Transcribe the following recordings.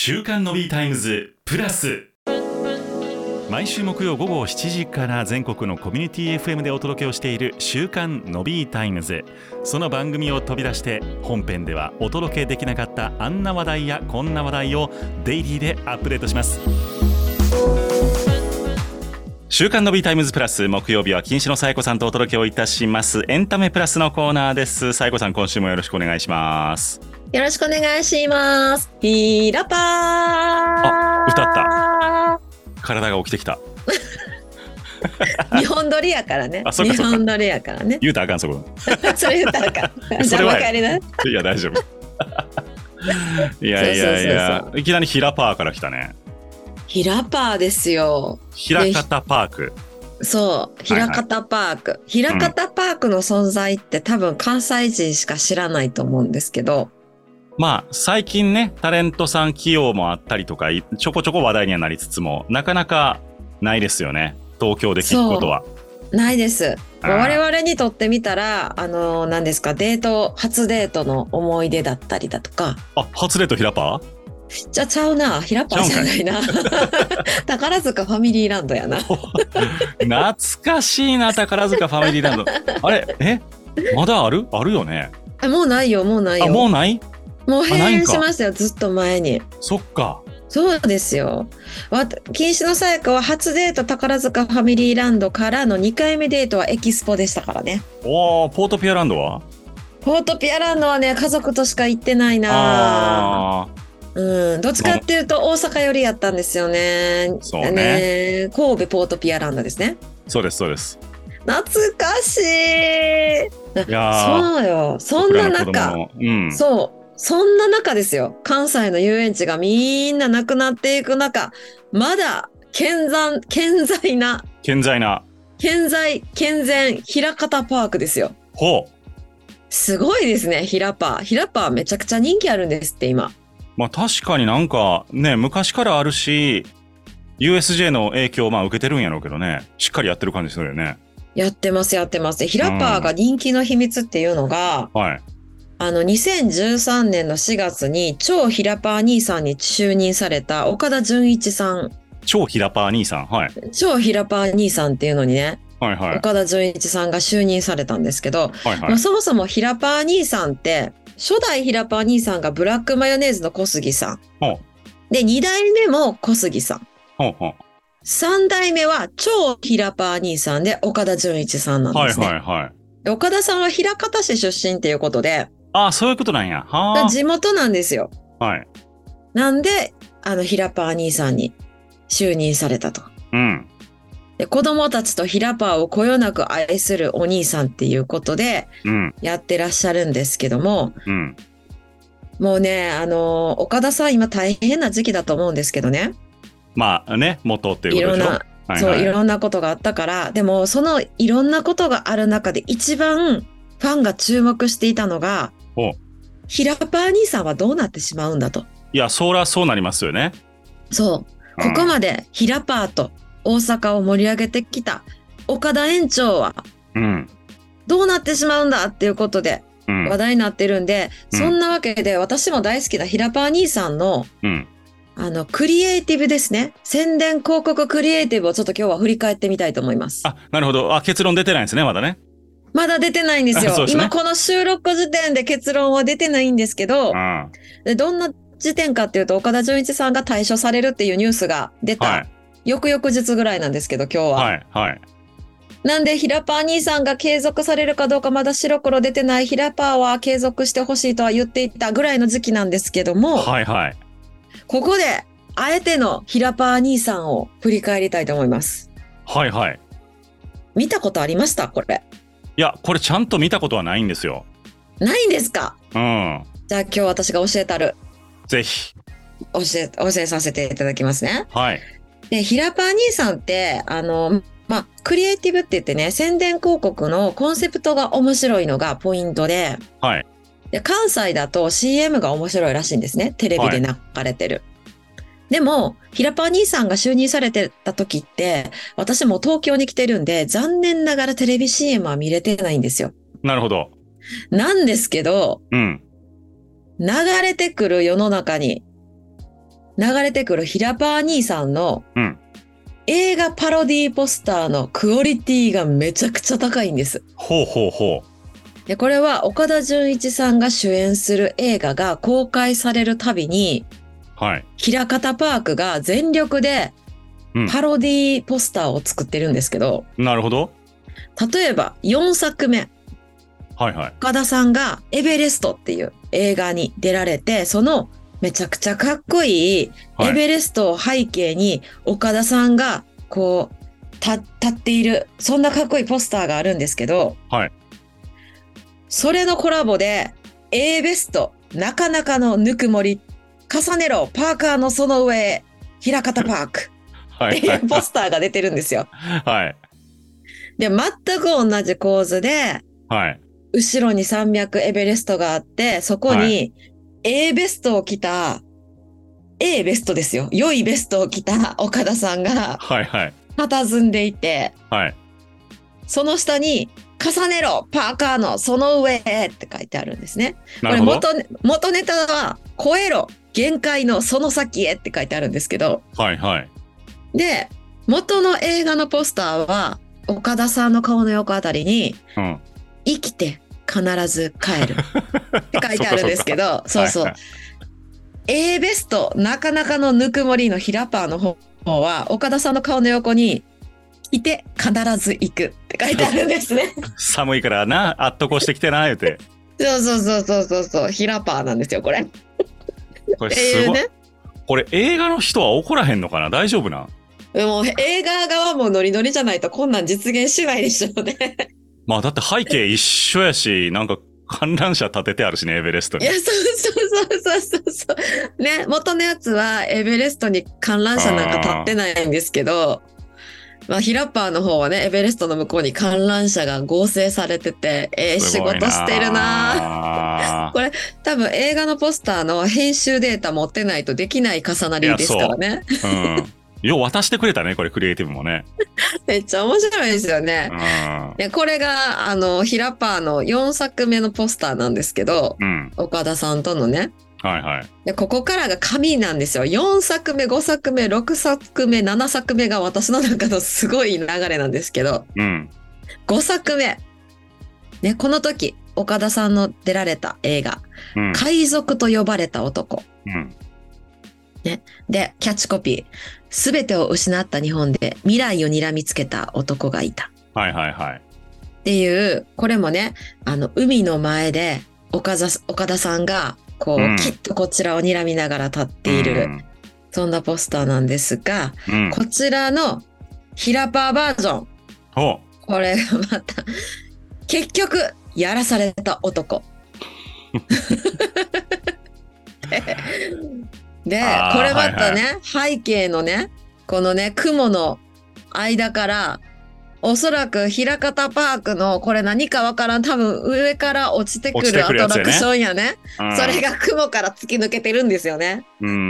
週刊の B タイムズプラス、毎週木曜午後7時から全国のコミュニティ FM でお届けをしている週刊の B タイムズ。その番組を飛び出して本編ではお届けできなかったあんな話題やこんな話題をデイリーでアップデートします。週刊の B タイムズプラス、木曜日は金子のさえこさんとお届けをいたしますエンタメプラスのコーナーです。さえこさん、今週もよろしくお願いします。 よろしくお願いします。ひらぱー。 あ、歌った。体が起きてきた。 日本撮りやからね。 あ、そうかそうか。 日本撮りやからね。 言うたらあかん、そこ。 それ言ったらあかん。じゃあ分かりな。 いや、大丈夫。いやいやいや、いきなりひらパーから来たね。 ひらパーですよ。 ひらかたパーク。 そう、ひらかたパーク。はいはい、ひらかたパークの存在って多分関西人しか知らないと思うんですけど。 まあ最近ね、タレントさん起用もあったりとか、ちょこちょこ話題にはなりつつも、なかなかないですよね、東京で聞くことは。 ないです。我々にとってみたら、何ですか、初デートの思い出だったりだとか。 あ、初デートひらパー？ じゃあちゃうな、ひらパーじゃないな。宝塚ファミリーランドやな。 懐かしいな、宝塚ファミリーランド。あれ、まだあるよね。 もうないよ、もうないよ。 あ、もうない？ もう閉園しましたよ、ずっと前に。 そっか。 そうですよ。金子のさやかは初デート宝塚ファミリーランドからの2回目デートはエキスポでしたからね。 おー、ポートピアランドは？ ポートピアランドはね、家族としか行ってないな。どっちかっていうと大阪寄りやったんですよね。 そうね。 神戸ポートピアランドですね。 そうですそうです。 懐かしい。 いやそうよ。そんな中、そんな中ですよ。関西の遊園地がみんななくなっていく中、まだ健全ひらかたパークですよ。 ほう。 すごいですね、ひらパーめちゃくちゃ人気あるんですって今。 まあ確かになんかね、昔からあるし、USJ の影響を受けてるんやろうけどね、しっかりやってる感じするよね。 やってます。ひらパーが人気の秘密っていうのが、 はい。 2013年の4月に超ひらパー兄さんに就任された岡田准一さん。 超ひらパー兄さん。はい。 超ひらパー兄さんっていうのにね、 はいはい、 岡田准一さんが就任されたんですけど、 はいはい、 そもそもひらパー兄さんって、初代ひらパー兄さんがブラックマヨネーズの小杉さん。で、2代目も小杉さん。3代目は超ひらパー兄さんで岡田准一さんなんですね。 はいはいはい。 岡田さんは枚方市出身っていうことで、 あ、そういうことなんや。 地元なんですよ。 はい。 なんで、ひらパー兄さんに就任されたと。 うん。 で、子供たちとひらパーをこよなく愛するお兄さんっていうことで、やってらっしゃるんですけども、もうね、岡田さん今大変な時期だと思うんですけどね。 まあね、元っていうことでしょ。 いろんなことがあったから、でもそのいろんなことがある中で一番ファンが注目していたのが、ひらパー兄さんはどうなってしまうんだと。 いや、そりゃそうなりますよね。 そう。ここまでひらパーと大阪を盛り上げてきた岡田園長は、どうなってしまうんだっていうことで話題になってるんで、そんなわけで私も大好きなひらパー兄さんの、クリエイティブですね。宣伝広告クリエイティブをちょっと今日は振り返ってみたいと思います。 あ、なるほど。結論出てないんですね、まだね。 まだ出てないんですよ。今この収録時点で結論は出てないんですけど、でどんな時点かっていうと、岡田准一さんが退所されるっていうニュースが出た、翌々日ぐらいなんですけど、今日は。なんで、ひらパー兄さんが継続されるかどうかまだ白黒出てない、ひらパーは継続してほしいとは言っていたぐらいの時期なんですけども、ここで、あえてのひらパー兄さんを振り返りたいと思います。見たことありました？これ。 いや、これちゃんと見たことはないんですよ。 ないんですか？じゃあ今日私が教えたる。 ぜひ。 教えさせていただきますね。で、ひらパー兄さんって、クリエイティブって言ってね、宣伝広告のコンセプトが面白いのがポイントで、で関西だと CM が面白いらしいんですね。テレビで流れてる。でも、ひらパー兄さんが就任されてた時って、私も東京に来てるんで、残念ながらテレビ CM は見れてないんですよ。 なるほど。 なんですけど、流れてくる世の中に、 流れてくるひらパー兄さんの映画パロディポスターのクオリティがめちゃくちゃ高いんです。 ほうほうほう。で、これは岡田准一さんが主演する映画が公開されるたびに、 はい。 ひらかたパークが全力でパロディポスターを作ってるんですけど、 なるほど。 例えば4作目。 はいはい。 岡田さんがエベレストっていう映画に出られて、そのめちゃくちゃかっこいいエベレストを背景に岡田さんがこう立っている、そんなかっこいいポスターがあるんですけど、 はい。 それのコラボで A ベストなかなかのぬくもり重ねろパーカーのその上へひらかたパークっていうポスターが出てるんですよ。 はい。 で、全く同じ構図で、 はい。 後ろに300エベレストがあって、そこに A ベストを着た、A ベストですよ。良いベストを着た岡田さんが、 はいはい。 佇んでいて、 はい。 その下に、重ねろパーカーのその上へって書いてあるんですね。これ元ネタは、超えろ限界のその先へって書いてあるんですけど、 はいはい。 で、元の映画のポスターは、岡田さんの顔の横あたりに、生きて必ず帰るって書いてあるんですけど、そうそう。はいはい、A ベストなかなかのぬくもりのひらパーの方は、岡田さんの顔の横に、いて必ず行くって書いてあるんですね。 寒いからな、あっとこしてきてな、言うて。 そう、ひらパーなんですよ、これ。 これすごい。これ映画の人は怒らへんのかな、大丈夫な？ でも映画側もノリノリじゃないとこんなん実現しないでしょうね。 まあだって背景一緒やし、なんか観覧車立ててあるしね、エベレストに。 いや、そう。ね、元のやつはエベレストに観覧車なんか立ってないんですけど、まあ、ヒラッパーの方はね、エベレストの向こうに観覧車が合成されてて、仕事してるなこれ、多分映画のポスターの編集データ持ってないとできない重なりですからね。 よう渡してくれたね、これクリエイティブもね。 めっちゃ面白いですよね。これが、ヒラッパーの4作目のポスターなんですけど、岡田さんとのね。 はいはい。 で、ここからが紙なんですよ。4作目、5作目、6作目、7作目が私の中のすごい流れなんですけど、5作目。ね、この時、岡田さんの出られた映画、海賊と呼ばれた男。ね、で、キャッチコピー。すべてを失った日本で未来を睨みつけた男がいた。 はいはいはい。 っていう、これもね、海の前で岡田さんが、こう、きっとこちらを睨みながら立っている、そんなポスターなんですが、こちらのヒラパーバージョン。これがまた、結局、やらされた男。で、これまたね、背景のね、このね、雲の間から、おそらくひらかたパークのこれ何かわからん、多分上から落ちてくるアトラクションやね。それが雲から突き抜けてるんですよね。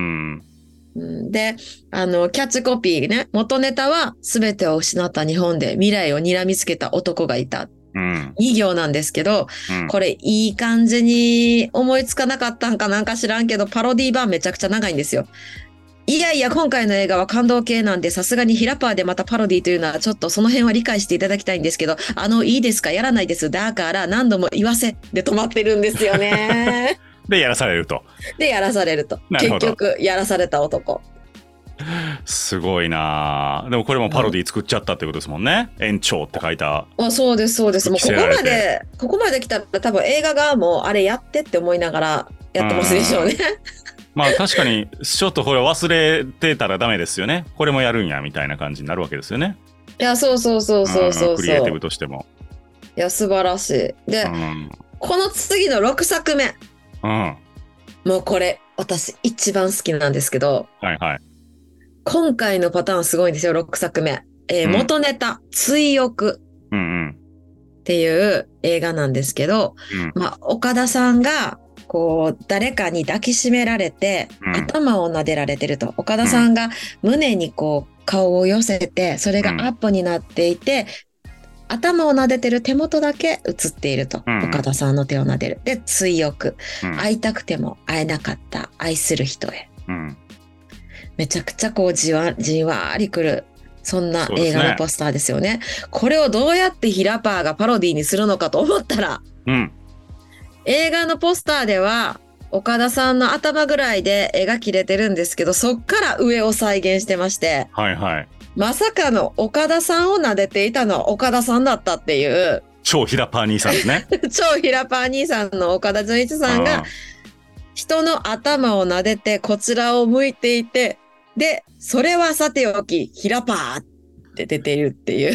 で、キャッチコピーね、元ネタは全てを失った日本で未来を睨みつけた男がいた。2行なんですけど、これいい感じに思いつかなかったんかなんか知らんけど、パロディ版めちゃくちゃ長いんですよ。いやいや、今回の映画は感動系なんで、さすがにヒラパーでまたパロディというのはちょっとその辺は理解していただきたいんですけど、いいですか、やらないです。だから何度も言わせで止まってるんですよね。 で、やらされると。 結局、やらされた男。 すごいな。でもこれもパロディ作っちゃったってことですもんね。延長って書いた。 そうです。もうここまで来たら多分映画側もあれやってって思いながらやってますでしょうね。 まあ確かにちょっとこれ忘れてたらダメですよね。これもやるんやみたいな感じになるわけですよね。 いや、そう。 クリエイティブとしても。 いや、素晴らしい。で、この次の6作目。もうこれ、私一番好きなんですけど。 はいはい。 今回のパターンすごいんですよ、6作目。元ネタ、追憶っていう映画なんですけど、岡田さんが、こう、誰かに抱きしめられて、頭を撫でられてると。岡田さんが胸にこう、顔を寄せて、それがアップになっていて、頭を撫でてる手元だけ映っていると。岡田さんの手を撫でる。で、追憶。会いたくても会えなかった愛する人へ。 めちゃくちゃこうじんわりくる、そんな映画のポスターですよね。これをどうやってヒラパーがパロディにするのかと思ったら、映画のポスターでは岡田さんの頭ぐらいで絵が切れてるんですけど、そっから上を再現してまして、まさかの岡田さんを撫でていたのは岡田さんだったっていう。 超ヒラパー兄さんですね。 超ヒラパー兄さんの岡田准一さんが人の頭を撫でてこちらを向いていて、で、それはさておき、ヒラパーって出ているっていう。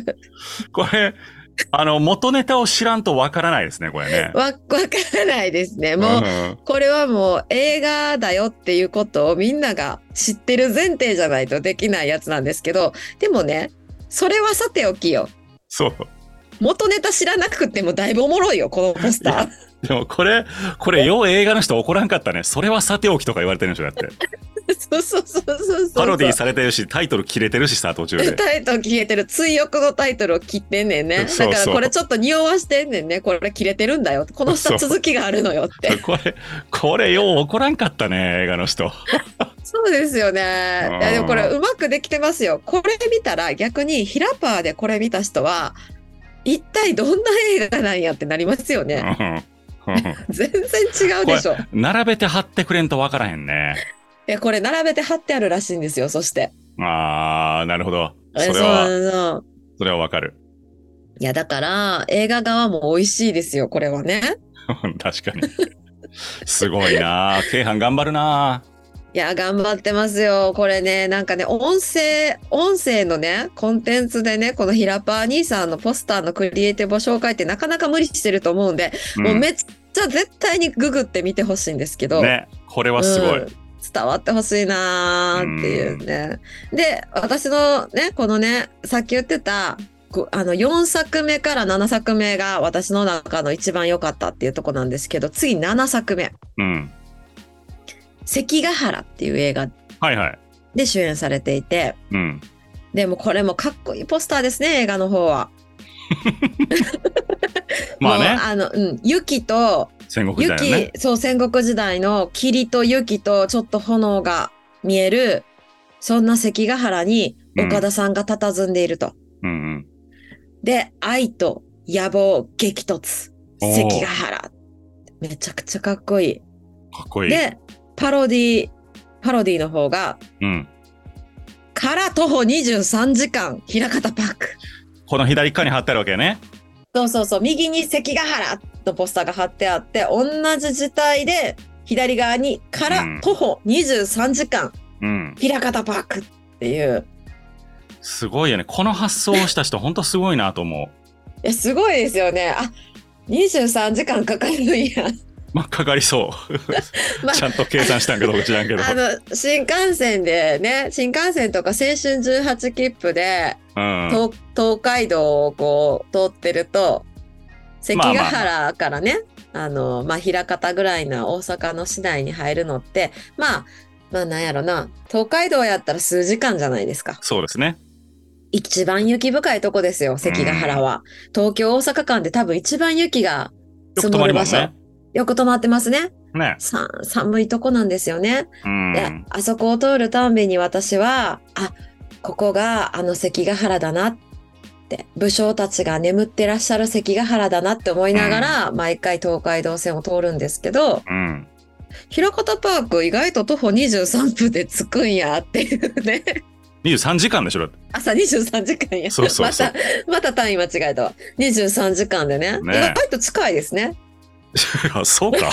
これ、元ネタを知らんとわからないですね、これね。 わからないですね。もう、これはもう映画だよっていうことをみんなが知ってる前提じゃないとできないやつなんですけど、でもね、それはさておきよ。 そう。 元ネタ知らなくてもだいぶおもろいよ、このポスター。 でもこれ、よう映画の人怒らんかったね。それはさておきとか言われてるんでしょ、だって。 そう。 パロディされてるし、タイトル切れてるしさ、途中で。 タイトル切れてる。追憶のタイトルを切ってんねんね。だからこれちょっと匂わしてんねんね。これ切れてるんだよ。この下続きがあるのよって。 これよう怒らんかったね、映画の人。 そうですよね。いやでもこれうまくできてますよ。これ見たら逆にヒラパーでこれ見た人は、一体どんな映画なんやってなりますよね。全然違うでしょ。 並べて貼ってくれんとわからへんね。 いや、これ並べて貼ってあるらしいんですよ、そして。 なるほど。それはわかる。 いや、だから、映画側も美味しいですよ、これはね。 確かに。すごいな。京阪頑張るな。 いや、頑張ってますよ。これね、なんかね、音声のね、コンテンツでね、このヒラパー兄さんのポスターのクリエイティブを紹介ってなかなか無理してると思うんで、もうめっちゃ絶対にググって見てほしいんですけど。 ね、これはすごい。 伝わってほしいなーっていうね。で、私のね、このね、さっき言ってた、4作目から7作目が私の中の一番良かったっていうとこなんですけど、次7作目。関ヶ原っていう映画で主演されていて、でもこれもかっこいいポスターですね、映画の方は。 まあね。 雪と、 戦国時代のね。 そう、戦国時代の霧と雪とちょっと炎が見える、そんな関ヶ原に岡田さんが佇んでいると。で、愛と野望激突。関ヶ原。めちゃくちゃかっこいい。 かっこいい。 で、パロディの方が、から徒歩23時間、枚方パーク。 この左側に貼ってあるわけね。 そう。右に関ヶ原のポスターが貼ってあって、同じ字体で、左側にから徒歩23時間、枚方パークっていう。 すごいよね。この発想をした人、本当すごいなと思う。 いや、すごいですよね。あ、23時間かかるんや。 まあ、かかりそう。ちゃんと計算したんかどうか知らんけど。 新幹線とか青春18切符で、東海道をこう通ってると、関ヶ原からね、枚方ぐらいの大阪の市内に入るのって、まあなんやろな、東海道やったら数時間じゃないですか。 そうですね。 一番雪深いとこですよ、関ヶ原は。東京大阪間で多分一番雪が積もる場所。よく止まってますね。寒いとこなんですよね。で、あそこを通るたんびに私は、ここが関ヶ原だなって、武将たちが眠ってらっしゃる関ヶ原だなって思いながら、毎回東海道線を通るんですけど、枚方パーク意外と徒歩23分で着くんやっていうね。 23時間でしょ。 朝23時間や。 そう。 また単位間違えたわ。23時間でね。意外と近いですね。 そうか。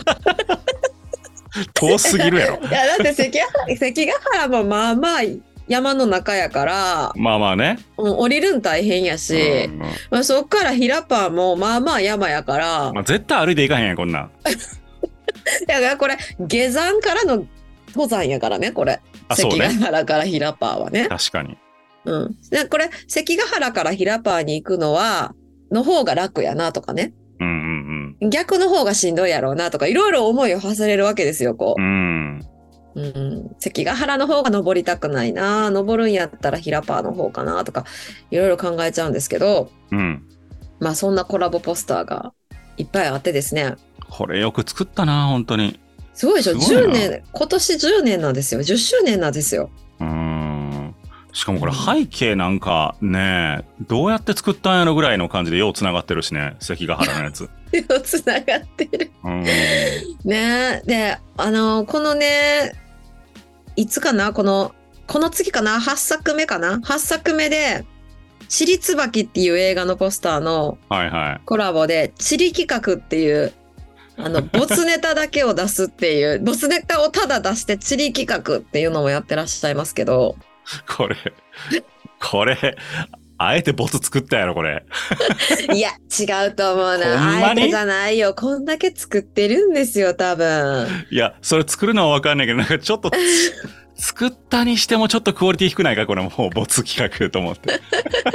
遠すぎるやろ。 いや、だって関ヶ原もまあまあ山の中やから。 まあまあね。 降りるん大変やし、そっからひらパーもまあまあ山やから。 絶対歩いていかへんやん、こんなん。 だからこれ、下山からの登山やからね、これ。関ヶ原からひらパーはね。 確かに。 でこれ、関ヶ原からひらパーに行くの方が楽やなとかね。逆の方がしんどいやろうなとか、いろいろ思いを馳せれるわけですよ、こう。関ヶ原の方が登りたくないな、登るんやったらひらパーの方かなとか、いろいろ考えちゃうんですけど、まあそんなコラボポスターがいっぱいあってですね。 これよく作ったな、本当に。 すごいでしょ。10年、今年10年なんですよ。10周年なんですよ。 しかもこれ背景なんかね、どうやって作ったんやろぐらいの感じでようつながってるしね、関ヶ原のやつ。 ようつながってる。ねで、このね、いつかな、この月かな、8作目かな、8作目で、チリツバキっていう映画のポスターのコラボで、チリ企画っていう、ボツネタだけを出すっていう、ボツネタをただ出してチリ企画っていうのもやってらっしゃいますけど。 これ、あえてボツ作ったやろ、これ。 いや、違うと思うな。あえてじゃないよ。こんだけ作ってるんですよ、多分。 いや、それ作るのはわかんないけど、なんかちょっと、作ったにしてもちょっとクオリティ低くないか、これもうボツ企画と思って。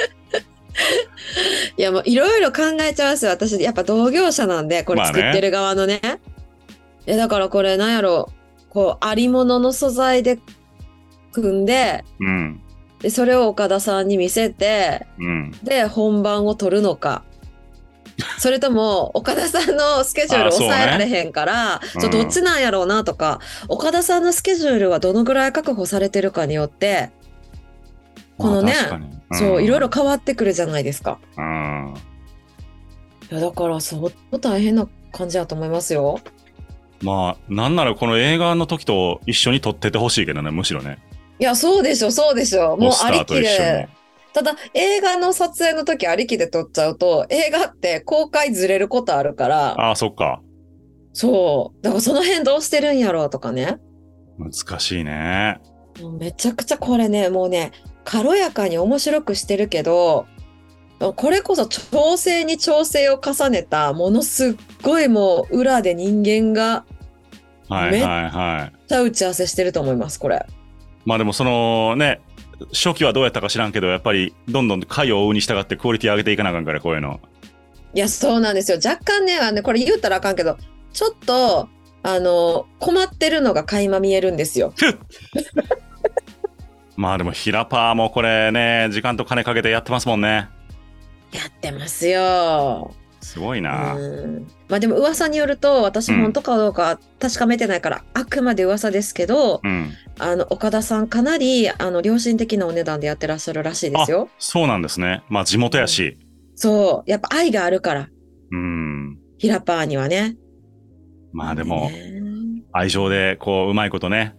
いや、もういろいろ考えちゃいますよ。私、やっぱ同業者なんで、これ作ってる側のね。だからこれなんやろ、こう、ありものの素材で組んで、でそれを岡田さんに見せて、で本番を取るのか、それとも岡田さんのスケジュール抑えられへんから、どっちなんやろうなとか、岡田さんのスケジュールはどのぐらい確保されてるかによって、このね、そういろいろ変わってくるじゃないですか。いやだから相当大変な感じだと思いますよ。 まあなんならこの映画の時と一緒に撮っててほしいけどね、むしろね。 いや、そうでしょ、そうでしょ。もうありきで。ただ、映画の撮影の時ありきで撮っちゃうと、映画って公開ずれることあるから。 あ、そっか。 そう。だからその辺どうしてるんやろうとかね。 難しいね。 めちゃくちゃこれね、もうね、軽やかに面白くしてるけど、これこそ調整に調整を重ねた、ものすっごいもう裏で人間が、めっちゃ打ち合わせしてると思います、これ。 まあでもそのね、初期はどうやったか知らんけど、やっぱりどんどん回を追うに従ってクオリティ上げていかなあかんから、こういうの。 いや、そうなんですよ。若干ね、これ言ったらあかんけど、ちょっと、困ってるのが垣間見えるんですよ。 まあでも、ヒラパーもこれね、時間と金かけてやってますもんね。 やってますよ。 すごいな。 まあでも噂によると、私本当かどうか確かめてないから、あくまで噂ですけど、岡田さんかなり良心的なお値段でやってらっしゃるらしいですよ。 そうなんですね。まあ地元やし。 そう、やっぱ愛があるから。ヒラパーにはね。 まあでも、愛情でこううまいことね、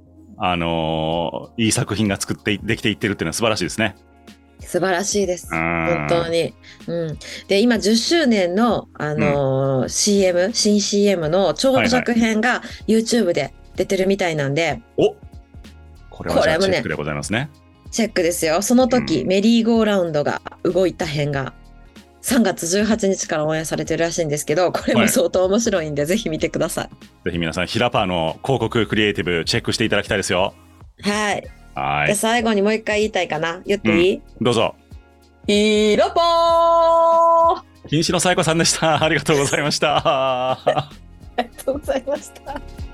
いい作品ができていってるっていうのは素晴らしいですね。 素晴らしいです。本当に。で、今10周年の、CM、新 CM の長尺編が YouTube で出てるみたいなんで。 これはチェックでございますね。 チェックですよ。その時、メリーゴーラウンドが動いた編が3月18日からオンエアされてるらしいんですけど、これも相当面白いんで、ぜひ見てください。 ぜひ皆さん、ヒラパーの広告クリエイティブチェックしていただきたいですよ。 はい。で最後にもう一回言いたいかな。言っていい？ どうぞ。 ヒラパー！ 瀕死のサイコさんでした。ありがとうございました。 ありがとうございました。